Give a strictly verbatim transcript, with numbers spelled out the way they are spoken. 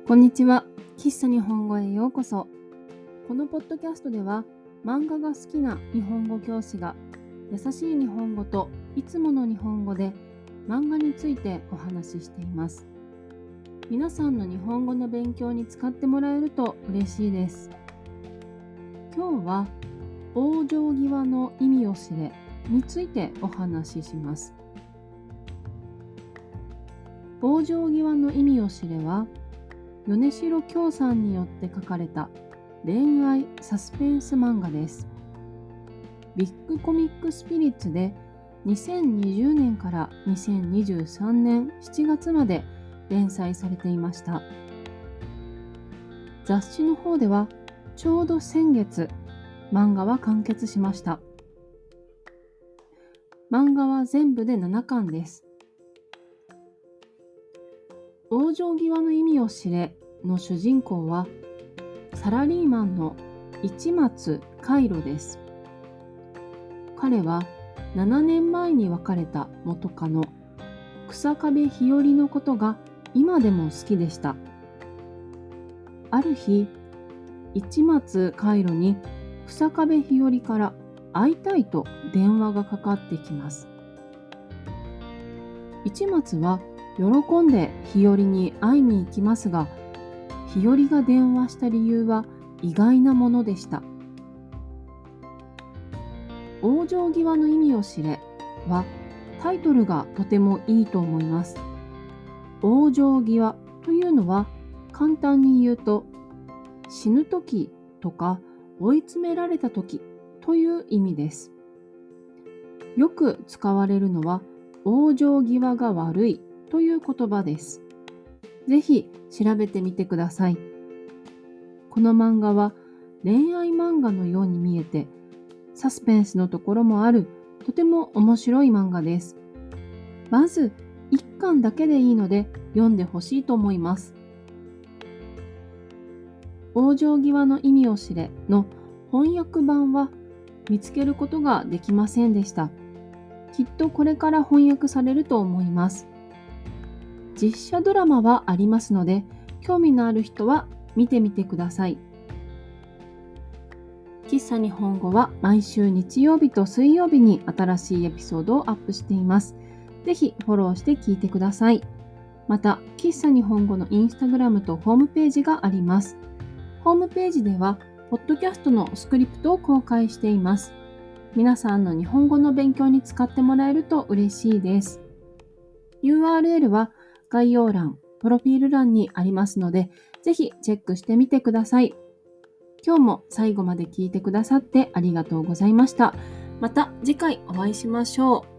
こんにちは。喫茶日本語へようこそ。このポッドキャストでは、漫画が好きな日本語教師が優しい日本語といつもの日本語で漫画についてお話ししています。皆さんの日本語の勉強に使ってもらえると嬉しいです。今日は往生際の意味を知れについてお話しします。往生際の意味を知れは、米城京さんによって書かれた恋愛サスペンス漫画です。ビッグコミックスピリッツでにせんにじゅうねんからにせんにじゅうさんねんしちがつまで連載されていました。雑誌の方ではちょうど先月、漫画は完結しました。漫画は全部でななかんです。往生際の意味を知れの主人公はサラリーマンの市松海路です。彼はななねんまえに別れた元カノ草壁日和のことが今でも好きでした。ある日、市松海路に草壁日和から会いたいと電話がかかってきます。市松は喜んで日和に会いに行きますが、日和が電話した理由は意外なものでした。往生際の意味を知れはタイトルがとてもいいと思います。往生際というのは簡単に言うと、死ぬ時とか追い詰められた時という意味です。よく使われるのは往生際が悪いという言葉です。ぜひ調べてみてください。この漫画は恋愛漫画のように見えて、サスペンスのところもあるとても面白い漫画です。まずいっかんだけでいいので読んでほしいと思います。往生際の意味を知れの翻訳版は見つけることができませんでした。きっとこれから翻訳されると思います。実写ドラマはありますので、興味のある人は見てみてください。喫茶日本語は毎週日曜日と水曜日に新しいエピソードをアップしています。ぜひフォローして聞いてください。また、喫茶日本語のインスタグラムとホームページがあります。ホームページでは、ポッドキャストのスクリプトを公開しています。皆さんの日本語の勉強に使ってもらえると嬉しいです。ユーアールエル は概要欄、プロフィール欄にありますので、ぜひチェックしてみてください。今日も最後まで聞いてくださってありがとうございました。また次回お会いしましょう。